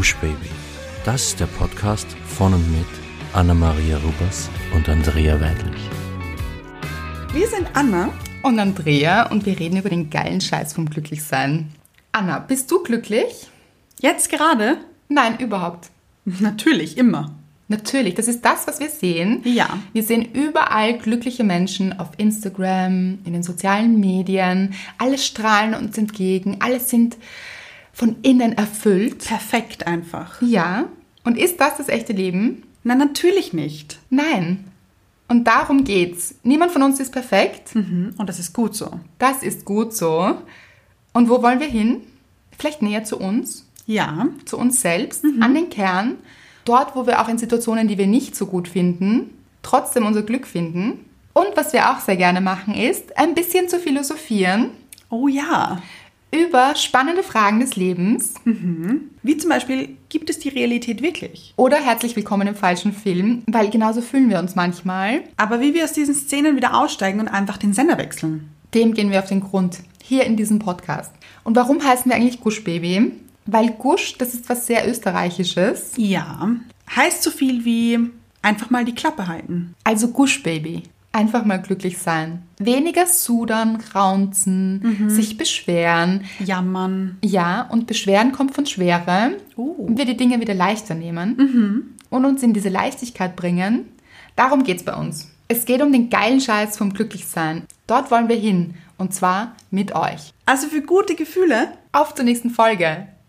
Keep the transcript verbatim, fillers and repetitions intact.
Gush Baby. Das ist der Podcast von und mit Anna-Maria Rubers und Andrea Weidlich. Wir sind Anna und Andrea und wir reden über den geilen Scheiß vom Glücklichsein. Anna, bist du glücklich? Jetzt gerade? Nein, überhaupt. Natürlich, immer. Natürlich, das ist das, was wir sehen. Ja. Wir sehen überall glückliche Menschen auf Instagram, in den sozialen Medien. Alle strahlen uns entgegen, alle sind von innen erfüllt. Perfekt einfach. Ja. Und ist das das echte Leben? Na, natürlich nicht. Nein. Und darum geht's. Niemand von uns ist perfekt. Mhm. Und das ist gut so. Das ist gut so. Und wo wollen wir hin? Vielleicht näher zu uns. Ja. Zu uns selbst, mhm. an den Kern. Dort, wo wir auch in Situationen, die wir nicht so gut finden, trotzdem unser Glück finden. Und was wir auch sehr gerne machen, ist, ein bisschen zu philosophieren. Oh ja. Über spannende Fragen des Lebens. Mhm. Wie zum Beispiel, gibt es die Realität wirklich? Oder herzlich willkommen im falschen Film, weil genauso fühlen wir uns manchmal. Aber wie wir aus diesen Szenen wieder aussteigen und einfach den Sender wechseln. Dem gehen wir auf den Grund, hier in diesem Podcast. Und warum heißen wir eigentlich Gush Baby? Weil Gush, das ist was sehr Österreichisches. Ja, heißt so viel wie einfach mal die Klappe halten. Also Gush Baby, einfach mal glücklich sein. Weniger sudern, raunzen, mhm. sich beschweren. Jammern. Ja, und Beschweren kommt von Schwere. Oh. Und wir die Dinge wieder leichter nehmen Mhm. und uns in diese Leichtigkeit bringen. Darum geht's bei uns. Es geht um den geilen Scheiß vom Glücklichsein. Dort wollen wir hin. Und zwar mit euch. Also für gute Gefühle. Auf zur nächsten Folge.